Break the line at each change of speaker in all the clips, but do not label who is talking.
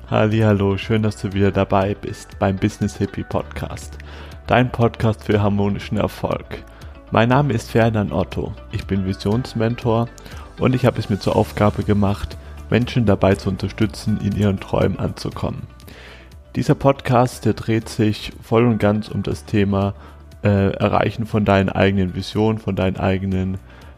Hallihallo, schön, dass du wieder dabei bist beim Business Hippie Podcast, dein Podcast für harmonischen Erfolg. Mein Name ist Ferdinand Otto, ich bin Visionsmentor und ich habe es mir zur Aufgabe gemacht, Menschen dabei zu unterstützen, in ihren Träumen anzukommen. Dieser Podcast, der dreht sich voll und ganz um das Thema Erreichen von deinen eigenen Visionen, von deinem eigenen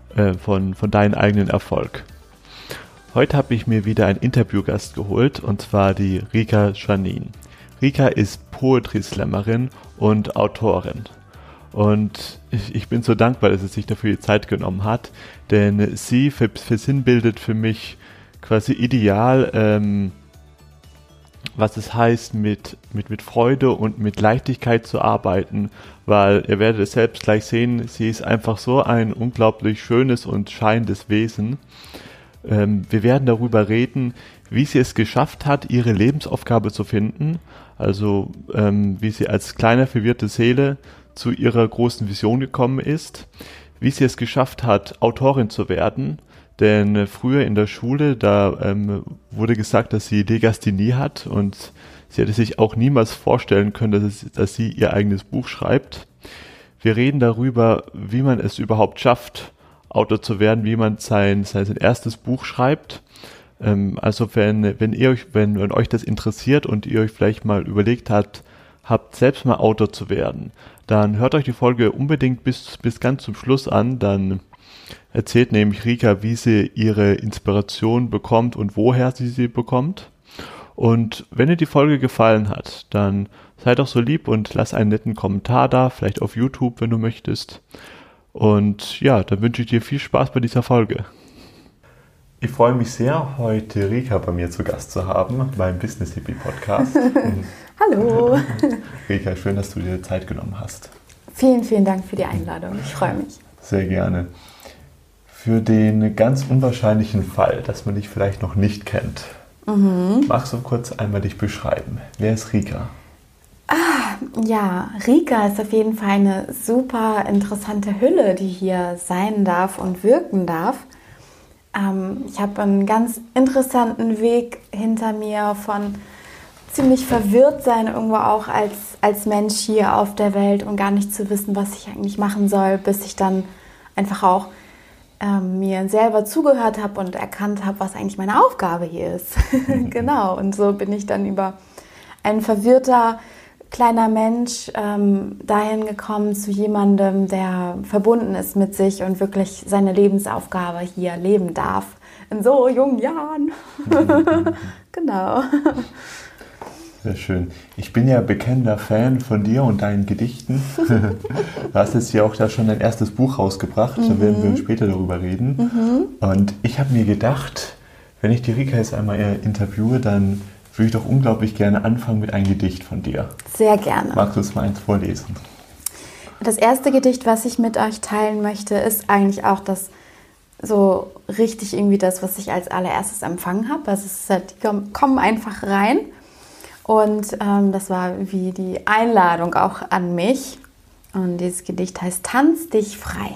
Erfolg. Heute habe ich mir wieder einen Interviewgast geholt, und zwar die Rika Janine. Rika ist Poetry Slammerin und Autorin. Und ich bin so dankbar, dass sie sich dafür die Zeit genommen hat, denn sie versinnbildet für mich quasi ideal, was es heißt, mit Freude und mit Leichtigkeit zu arbeiten, weil ihr werdet es selbst gleich sehen, sie ist einfach so ein unglaublich schönes und scheinendes Wesen. Wir werden darüber reden, wie sie es geschafft hat, ihre Lebensaufgabe zu finden, also wie sie als kleine verwirrte Seele zu ihrer großen Vision gekommen ist, wie sie es geschafft hat, Autorin zu werden, denn früher in der Schule, da wurde gesagt, dass sie Legasthenie hat und sie hätte sich auch niemals vorstellen können, dass sie ihr eigenes Buch schreibt. Wir reden darüber, wie man es überhaupt schafft, Autor zu werden, wie man sein erstes Buch schreibt. Also wenn euch das interessiert und ihr euch vielleicht mal überlegt habt, selbst mal Autor zu werden, dann hört euch die Folge unbedingt bis ganz zum Schluss an. Dann erzählt nämlich Rika, wie sie ihre Inspiration bekommt und woher sie bekommt. Und wenn dir die Folge gefallen hat, dann sei doch so lieb und lass einen netten Kommentar da, vielleicht auf YouTube, wenn du möchtest. Und ja, dann wünsche ich dir viel Spaß bei dieser Folge. Ich freue mich sehr, heute Rika bei mir zu Gast zu haben, beim Business Hippie Podcast.
Hallo.
Rika, schön, dass du dir Zeit genommen hast.
Vielen, vielen Dank für die Einladung. Ich freue mich.
Sehr gerne. Für den ganz unwahrscheinlichen Fall, dass man dich vielleicht noch nicht kennt, magst du kurz einmal dich beschreiben? Wer ist Rika?
Ja, Rika ist auf jeden Fall eine super interessante Hülle, die hier sein darf und wirken darf. Ich habe einen ganz interessanten Weg hinter mir von ziemlich verwirrt sein, irgendwo auch als Mensch hier auf der Welt und gar nicht zu wissen, was ich eigentlich machen soll, bis ich dann einfach auch mir selber zugehört habe und erkannt habe, was eigentlich meine Aufgabe hier ist. Genau, und so bin ich dann über ein verwirrter kleiner Mensch dahin gekommen zu jemandem, der verbunden ist mit sich und wirklich seine Lebensaufgabe hier leben darf. In so jungen Jahren. Genau.
Sehr schön. Ich bin ja bekennender Fan von dir und deinen Gedichten. Du hast jetzt hier auch da schon dein erstes Buch rausgebracht, da werden wir später darüber reden. Und ich habe mir gedacht, wenn ich die Rika jetzt einmal interviewe, dann würde ich doch unglaublich gerne anfangen mit einem Gedicht von dir.
Sehr gerne.
Magst du es mal eins vorlesen?
Das erste Gedicht, was ich mit euch teilen möchte, ist eigentlich auch das so richtig irgendwie das, was ich als allererstes empfangen habe. Also die kommen einfach rein. Und das war wie die Einladung auch an mich. Und dieses Gedicht heißt: Tanz dich frei.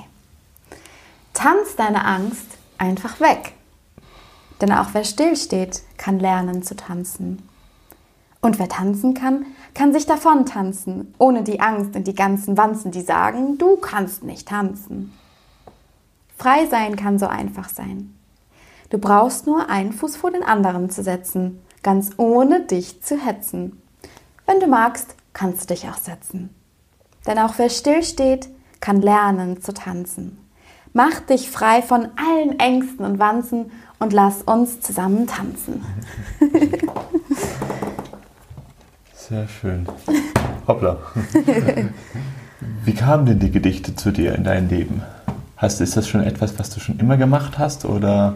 Tanz deine Angst einfach weg. Denn auch wer stillsteht, kann lernen zu tanzen. Und wer tanzen kann sich davon tanzen, ohne die Angst und die ganzen Wanzen, die sagen, du kannst nicht tanzen. Frei sein kann so einfach sein. Du brauchst nur einen Fuß vor den anderen zu setzen, ganz ohne dich zu hetzen. Wenn du magst, kannst du dich auch setzen. Denn auch wer stillsteht, kann lernen zu tanzen. Mach dich frei von allen Ängsten und Wanzen und lass uns zusammen tanzen.
Sehr schön. Hoppla. Wie kamen denn die Gedichte zu dir in dein Leben? Ist das schon etwas, was du schon immer gemacht hast, oder?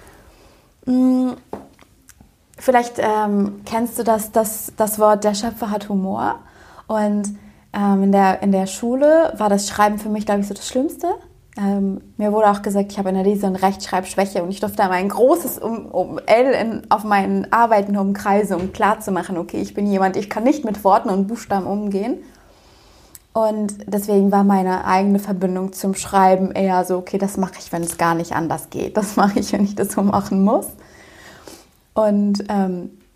Vielleicht kennst du das Wort, der Schöpfer hat Humor. Und in der Schule war das Schreiben für mich, glaube ich, so das Schlimmste. Mir wurde auch gesagt, ich habe eine Lese- und Rechtschreibschwäche und ich durfte einmal ein großes L auf meinen Arbeiten umkreisen, um klarzumachen, okay, ich bin jemand, ich kann nicht mit Worten und Buchstaben umgehen. Und deswegen war meine eigene Verbindung zum Schreiben eher so, okay, das mache ich, wenn es gar nicht anders geht. Das mache ich, wenn ich das so machen muss. Und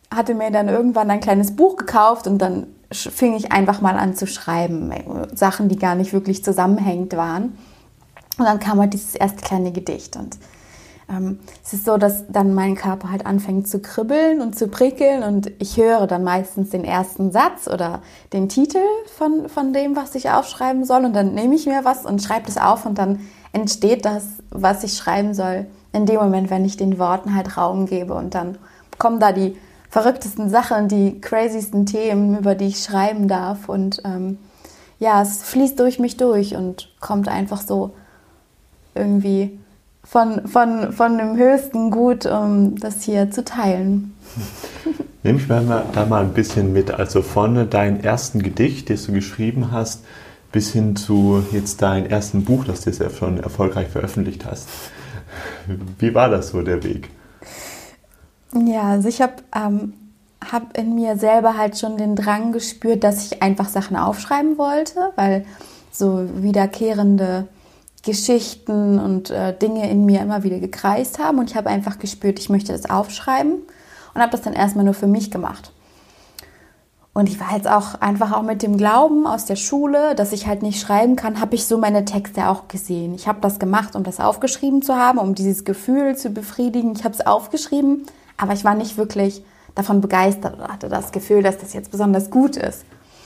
hatte mir dann irgendwann ein kleines Buch gekauft und dann fing ich einfach mal an zu schreiben. Sachen, die gar nicht wirklich zusammenhängend waren. Und dann kam halt dieses erste kleine Gedicht. Und es ist so, dass dann mein Körper halt anfängt zu kribbeln und zu prickeln. Und ich höre dann meistens den ersten Satz oder den Titel von dem, was ich aufschreiben soll. Und dann nehme ich mir was und schreibe das auf. Und dann entsteht das, was ich schreiben soll, in dem Moment, wenn ich den Worten halt Raum gebe. Und dann kommen da die verrücktesten Sachen, die crazysten Themen, über die ich schreiben darf. Und es fließt durch mich durch und kommt einfach so irgendwie von dem höchsten Gut, um das hier zu teilen.
Nimm mich da mal ein bisschen mit, also von deinem ersten Gedicht, das du geschrieben hast, bis hin zu jetzt deinem ersten Buch, das du ja schon erfolgreich veröffentlicht hast. Wie war das so, der Weg?
Ja, also ich habe in mir selber halt schon den Drang gespürt, dass ich einfach Sachen aufschreiben wollte, weil so wiederkehrende Geschichten und Dinge in mir immer wieder gekreist haben. Und ich habe einfach gespürt, ich möchte das aufschreiben und habe das dann erstmal nur für mich gemacht. Und ich war jetzt auch mit dem Glauben aus der Schule, dass ich halt nicht schreiben kann, habe ich so meine Texte auch gesehen. Ich habe das gemacht, um das aufgeschrieben zu haben, um dieses Gefühl zu befriedigen. Ich habe es aufgeschrieben, aber ich war nicht wirklich davon begeistert oder hatte das Gefühl, dass das jetzt besonders gut ist.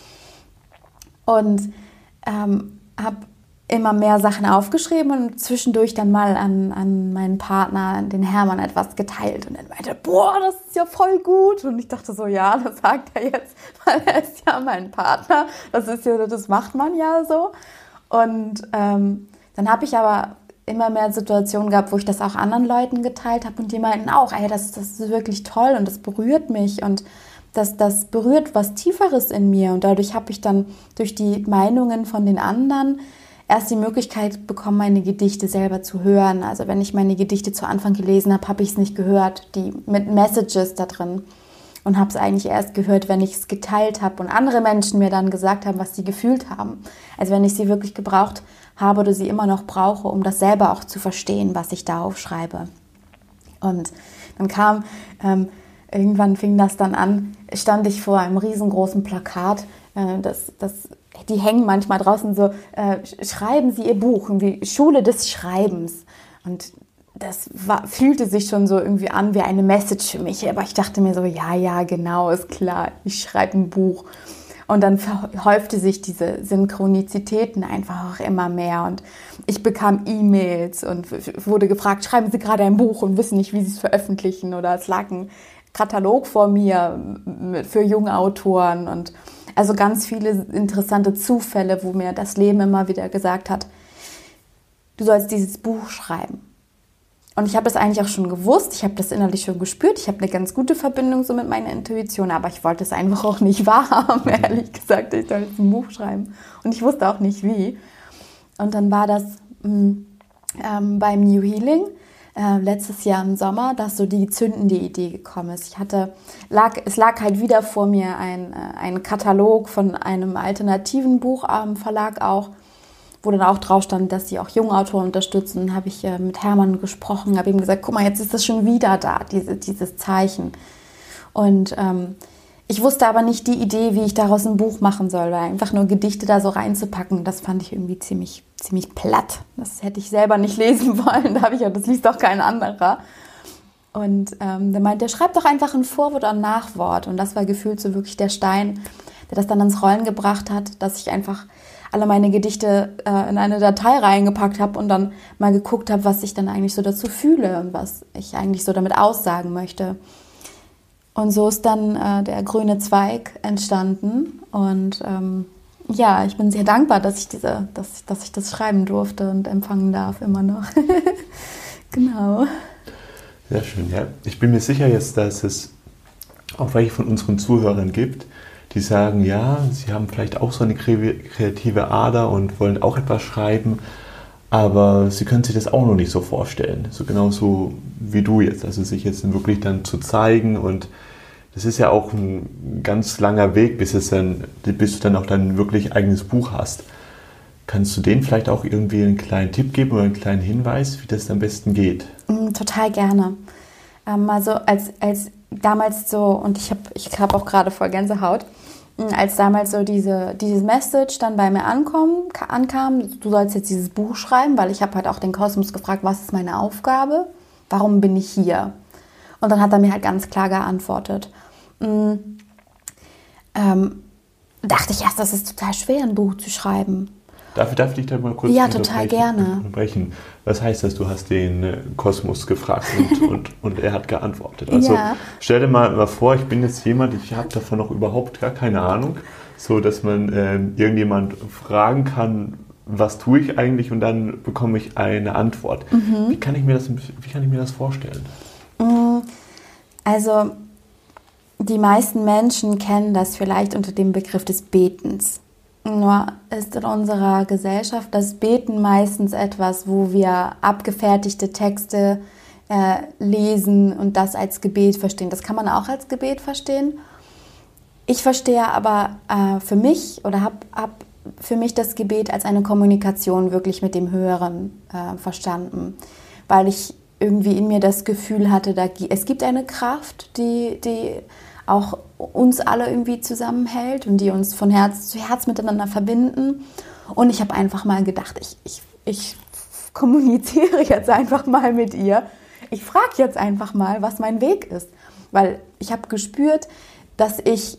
Und habe immer mehr Sachen aufgeschrieben und zwischendurch dann mal an meinen Partner, den Hermann, etwas geteilt. Und er meinte, boah, das ist ja voll gut. Und ich dachte so, ja, das sagt er jetzt, weil er ist ja mein Partner. Das macht man ja so. Und dann habe ich aber immer mehr Situationen gehabt, wo ich das auch anderen Leuten geteilt habe und die meinten auch, ey, das ist wirklich toll und das berührt mich und das berührt was Tieferes in mir. Und dadurch habe ich dann durch die Meinungen von den anderen erst die Möglichkeit bekommen, meine Gedichte selber zu hören. Also wenn ich meine Gedichte zu Anfang gelesen habe, habe ich es nicht gehört, die mit Messages da drin. Und habe es eigentlich erst gehört, wenn ich es geteilt habe und andere Menschen mir dann gesagt haben, was sie gefühlt haben. Also wenn ich sie wirklich gebraucht habe oder sie immer noch brauche, um das selber auch zu verstehen, was ich da aufschreibe. Und dann kam, irgendwann fing das dann an, stand ich vor einem riesengroßen Plakat, die hängen manchmal draußen so, schreiben Sie Ihr Buch, irgendwie Schule des Schreibens. Und das fühlte sich schon so irgendwie an wie eine Message für mich. Aber ich dachte mir so, ja, genau, ist klar, ich schreibe ein Buch. Und dann verhäufte sich diese Synchronizitäten einfach auch immer mehr. Und ich bekam E-Mails und wurde gefragt, schreiben Sie gerade ein Buch und wissen nicht, wie Sie es veröffentlichen. Oder es lag ein Katalog vor mir für junge Autoren. Und also ganz viele interessante Zufälle, wo mir das Leben immer wieder gesagt hat, du sollst dieses Buch schreiben. Und ich habe das eigentlich auch schon gewusst, ich habe das innerlich schon gespürt, ich habe eine ganz gute Verbindung so mit meiner Intuition, aber ich wollte es einfach auch nicht wahrhaben, ehrlich gesagt, ich soll jetzt ein Buch schreiben. Und ich wusste auch nicht wie. Und dann war das beim New Healing, letztes Jahr im Sommer, dass so die zündende Idee gekommen ist. Es lag halt wieder vor mir ein Katalog von einem alternativen Buchverlag auch, wo dann auch drauf stand, dass sie auch junge Autoren unterstützen. Dann habe ich mit Hermann gesprochen, habe ihm gesagt, guck mal, jetzt ist das schon wieder da, dieses Zeichen. Und ich wusste aber nicht die Idee, wie ich daraus ein Buch machen soll, weil einfach nur Gedichte da so reinzupacken, das fand ich irgendwie ziemlich platt. Das hätte ich selber nicht lesen wollen, das liest doch kein anderer. Und der meinte, schreib doch einfach ein Vorwort und ein Nachwort. Und das war gefühlt so wirklich der Stein, der das dann ins Rollen gebracht hat, dass ich einfach alle meine Gedichte in eine Datei reingepackt habe und dann mal geguckt habe, was ich dann eigentlich so dazu fühle und was ich eigentlich so damit aussagen möchte. Und so ist dann der grüne Zweig entstanden. Und ich bin sehr dankbar, dass ich das schreiben durfte und empfangen darf, immer noch. Genau.
Sehr schön, ja. Ich bin mir sicher jetzt, dass es auch welche von unseren Zuhörern gibt, die sagen, ja, sie haben vielleicht auch so eine kreative Ader und wollen auch etwas schreiben, aber sie können sich das auch noch nicht so vorstellen. So genauso wie du jetzt, also sich jetzt wirklich dann zu zeigen, und das ist ja auch ein ganz langer Weg, bis du dann auch dein wirklich eigenes Buch hast. Kannst du denen vielleicht auch irgendwie einen kleinen Tipp geben oder einen kleinen Hinweis, wie das am besten geht?
Total gerne. Also als damals so, und ich hab auch gerade voll Gänsehaut, als damals so dieses Message dann bei mir ankam, du sollst jetzt dieses Buch schreiben, weil ich habe halt auch den Kosmos gefragt, was ist meine Aufgabe, warum bin ich hier? Und dann hat er mir halt ganz klar geantwortet. Dachte ich erst, das ist total schwer, ein Buch zu schreiben.
Darf ich dich da mal kurz
total gerne.
unterbrechen? Was heißt das, du hast den Kosmos gefragt und er hat geantwortet? Also stell dir mal vor, ich bin jetzt jemand, ich habe davon noch überhaupt gar keine Ahnung, so dass man irgendjemand fragen kann, was tue ich eigentlich, und dann bekomme ich eine Antwort. Wie kann ich mir das vorstellen?
Also die meisten Menschen kennen das vielleicht unter dem Begriff des Betens. Nur ist in unserer Gesellschaft das Beten meistens etwas, wo wir abgefertigte Texte lesen und das als Gebet verstehen. Das kann man auch als Gebet verstehen. Ich verstehe aber für mich oder habe für mich das Gebet als eine Kommunikation wirklich mit dem Höheren verstanden, weil ich irgendwie in mir das Gefühl hatte, es gibt eine Kraft, die auch uns alle irgendwie zusammenhält und die uns von Herz zu Herz miteinander verbinden. Und ich habe einfach mal gedacht, ich kommuniziere jetzt einfach mal mit ihr. Ich frage jetzt einfach mal, was mein Weg ist. Weil ich habe gespürt, dass ich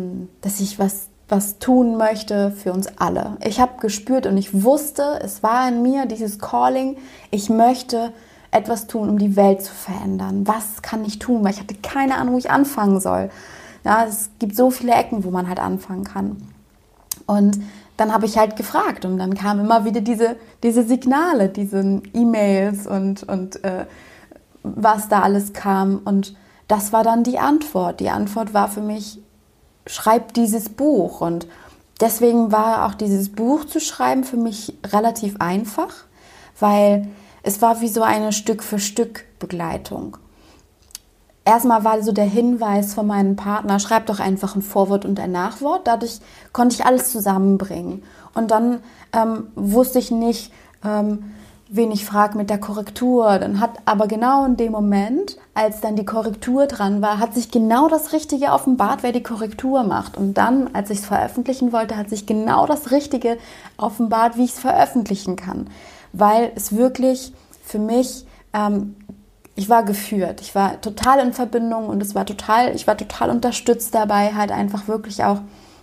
was tun möchte für uns alle. Ich habe gespürt und ich wusste, es war in mir dieses Calling, ich möchte etwas tun, um die Welt zu verändern. Was kann ich tun? Weil ich hatte keine Ahnung, wo ich anfangen soll. Ja, es gibt so viele Ecken, wo man halt anfangen kann. Und dann habe ich halt gefragt und dann kamen immer wieder diese Signale, diese E-Mails und was da alles kam. Und das war dann die Antwort. Die Antwort war für mich, schreib dieses Buch. Und deswegen war auch dieses Buch zu schreiben für mich relativ einfach, weil es war wie so eine Stück-für-Stück-Begleitung. Erstmal war so der Hinweis von meinem Partner, schreib doch einfach ein Vorwort und ein Nachwort. Dadurch konnte ich alles zusammenbringen. Und dann wusste ich nicht, wen ich frage mit der Korrektur. Dann hat aber genau in dem Moment, als dann die Korrektur dran war, hat sich genau das Richtige offenbart, wer die Korrektur macht. Und dann, als ich es veröffentlichen wollte, hat sich genau das Richtige offenbart, wie ich es veröffentlichen kann. Weil es wirklich für mich, ich war geführt, ich war total in Verbindung und ich war total unterstützt dabei, halt einfach wirklich auch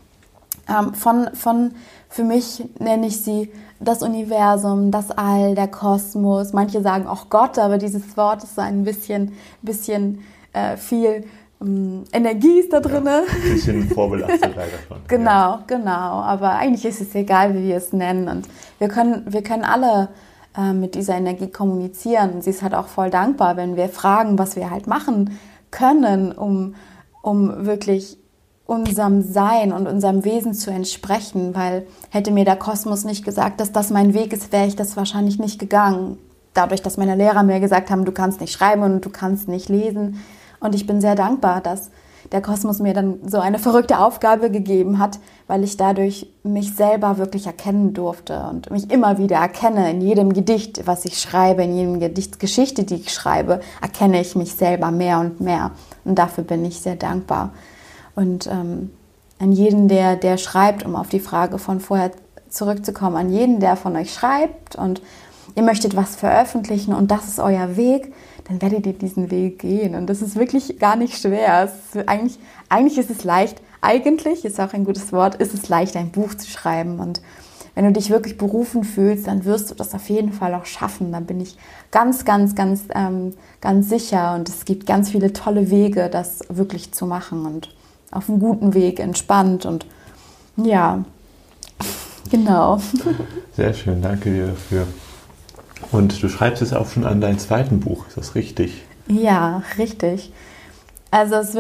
für mich nenne ich sie das Universum, das All, der Kosmos. Manche sagen auch Gott, aber dieses Wort ist so ein bisschen viel Energie ist da drin.
Ja, ein bisschen vorbelastet leider schon.
Genau. Aber eigentlich ist es egal, wie wir es nennen. Und wir können alle mit dieser Energie kommunizieren. Sie ist halt auch voll dankbar, wenn wir fragen, was wir halt machen können, um wirklich unserem Sein und unserem Wesen zu entsprechen. Weil hätte mir der Kosmos nicht gesagt, dass das mein Weg ist, wäre ich das wahrscheinlich nicht gegangen. Dadurch, dass meine Lehrer mir gesagt haben, du kannst nicht schreiben und du kannst nicht lesen. Und ich bin sehr dankbar, dass der Kosmos mir dann so eine verrückte Aufgabe gegeben hat, weil ich dadurch mich selber wirklich erkennen durfte und mich immer wieder erkenne. In jedem Gedicht, was ich schreibe, in jedem Gedichtsgeschichte, die ich schreibe, erkenne ich mich selber mehr und mehr. Und dafür bin ich sehr dankbar. Und an jeden, der schreibt, um auf die Frage von vorher zurückzukommen, an jeden, der von euch schreibt und ihr möchtet was veröffentlichen und das ist euer Weg, dann werdet ihr diesen Weg gehen. Und das ist wirklich gar nicht schwer. Eigentlich ist es leicht, eigentlich ist auch ein gutes Wort, ist es leicht, ein Buch zu schreiben. Und wenn du dich wirklich berufen fühlst, dann wirst du das auf jeden Fall auch schaffen. Da bin ich ganz sicher. Und es gibt ganz viele tolle Wege, das wirklich zu machen. Und auf einem guten Weg, entspannt. Und ja, genau.
Sehr schön, danke dir dafür. Und du schreibst es auch schon an dein zweiten Buch, ist das richtig?
Ja, richtig. Also es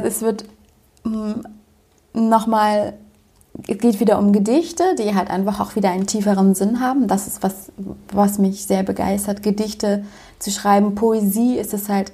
geht wieder um Gedichte, die halt einfach auch wieder einen tieferen Sinn haben. Das ist was mich sehr begeistert, Gedichte zu schreiben. Poesie ist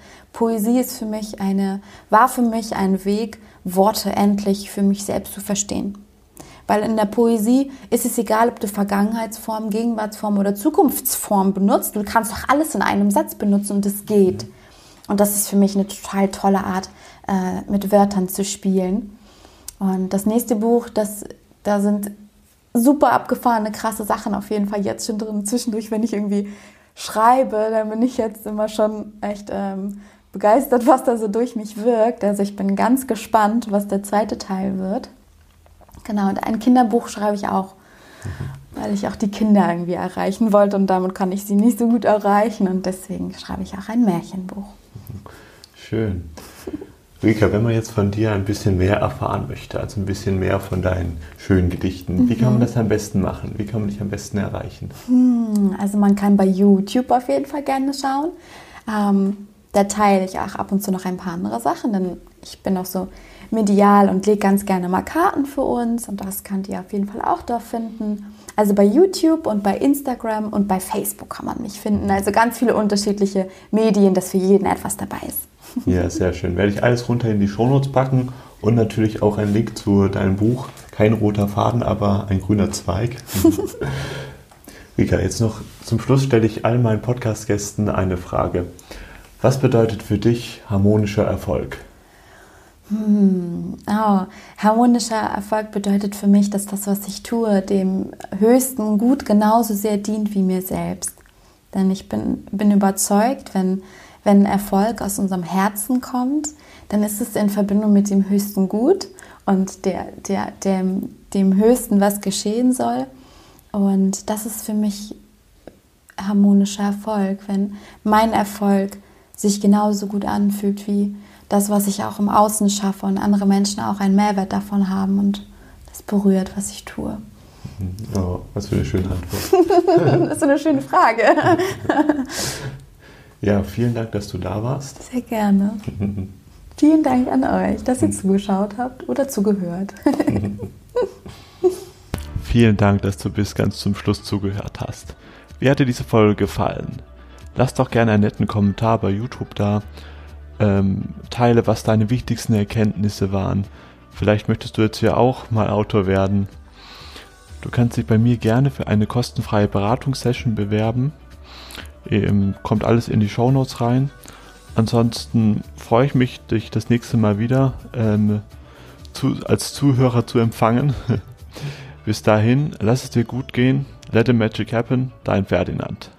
war für mich ein Weg, Worte endlich für mich selbst zu verstehen. Weil in der Poesie ist es egal, ob du Vergangenheitsform, Gegenwartsform oder Zukunftsform benutzt. Du kannst doch alles in einem Satz benutzen und es geht. Und das ist für mich eine total tolle Art, mit Wörtern zu spielen. Und das nächste Buch, da sind super abgefahrene, krasse Sachen auf jeden Fall jetzt schon drin. Zwischendurch, wenn ich irgendwie schreibe, dann bin ich jetzt immer schon echt begeistert, was da so durch mich wirkt. Also ich bin ganz gespannt, was der zweite Teil wird. Genau, und ein Kinderbuch schreibe ich auch, weil ich auch die Kinder irgendwie erreichen wollte und damit kann ich sie nicht so gut erreichen und deswegen schreibe ich auch ein Märchenbuch.
Schön. Rika, wenn man jetzt von dir ein bisschen mehr erfahren möchte, also ein bisschen mehr von deinen schönen Gedichten, wie kann man das am besten machen? Wie kann man dich am besten erreichen?
Also man kann bei YouTube auf jeden Fall gerne schauen. Da teile ich auch ab und zu noch ein paar andere Sachen, denn ich bin auch so medial und lege ganz gerne mal Karten für uns und das könnt ihr auf jeden Fall auch da finden. Also bei YouTube und bei Instagram und bei Facebook kann man mich finden. Also ganz viele unterschiedliche Medien, dass für jeden etwas dabei ist.
Ja, sehr schön. Werde ich alles runter in die Shownotes packen und natürlich auch einen Link zu deinem Buch. Kein roter Faden, aber ein grüner Zweig. Rika, jetzt noch zum Schluss stelle ich all meinen Podcast-Gästen eine Frage. Was bedeutet für dich harmonischer Erfolg?
Harmonischer Erfolg bedeutet für mich, dass das, was ich tue, dem höchsten Gut genauso sehr dient wie mir selbst. Denn ich bin überzeugt, wenn Erfolg aus unserem Herzen kommt, dann ist es in Verbindung mit dem höchsten Gut und dem Höchsten, was geschehen soll. Und das ist für mich harmonischer Erfolg, wenn mein Erfolg sich genauso gut anfühlt wie das, was ich auch im Außen schaffe und andere Menschen auch einen Mehrwert davon haben und das berührt, was ich tue.
Oh, was für eine schöne Antwort.
Das ist so eine schöne Frage.
Ja, vielen Dank, dass du da warst.
Sehr gerne. Vielen Dank an euch, dass ihr zugeschaut habt oder zugehört.
Vielen Dank, dass du bis ganz zum Schluss zugehört hast. Wie hat dir diese Folge gefallen? Lass doch gerne einen netten Kommentar bei YouTube da. Teile, was deine wichtigsten Erkenntnisse waren. Vielleicht möchtest du jetzt ja auch mal Autor werden. Du kannst dich bei mir gerne für eine kostenfreie Beratungssession bewerben. Kommt alles in die Shownotes rein. Ansonsten freue ich mich, dich das nächste Mal wieder als Zuhörer zu empfangen. Bis dahin, lass es dir gut gehen. Let the magic happen. Dein Ferdinand.